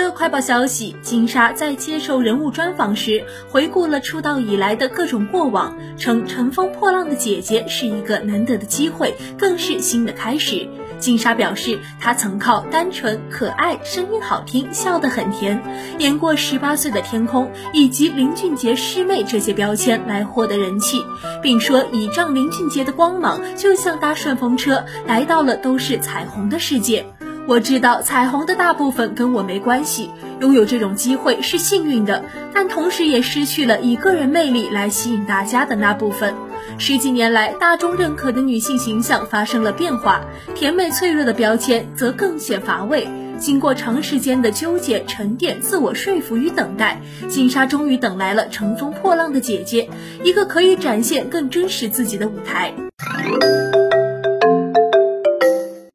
了快报消息，金莎在接受人物专访时回顾了出道以来的各种过往，称乘风破浪的姐姐是一个难得的机会，更是新的开始。金莎表示，她曾靠单纯、可爱、声音好听、笑得很甜，演过18岁的天空以及林俊杰师妹这些标签来获得人气，并说倚仗林俊杰的光芒，就像搭顺风车来到了都是彩虹的世界。我知道彩虹的大部分跟我没关系，拥有这种机会是幸运的，但同时也失去了以个人魅力来吸引大家的那部分。10几年来，大众认可的女性形象发生了变化，甜美脆弱的标签则更显乏味。经过长时间的纠结、沉淀、自我说服与等待，金莎终于等来了乘风破浪的姐姐，一个可以展现更真实自己的舞台。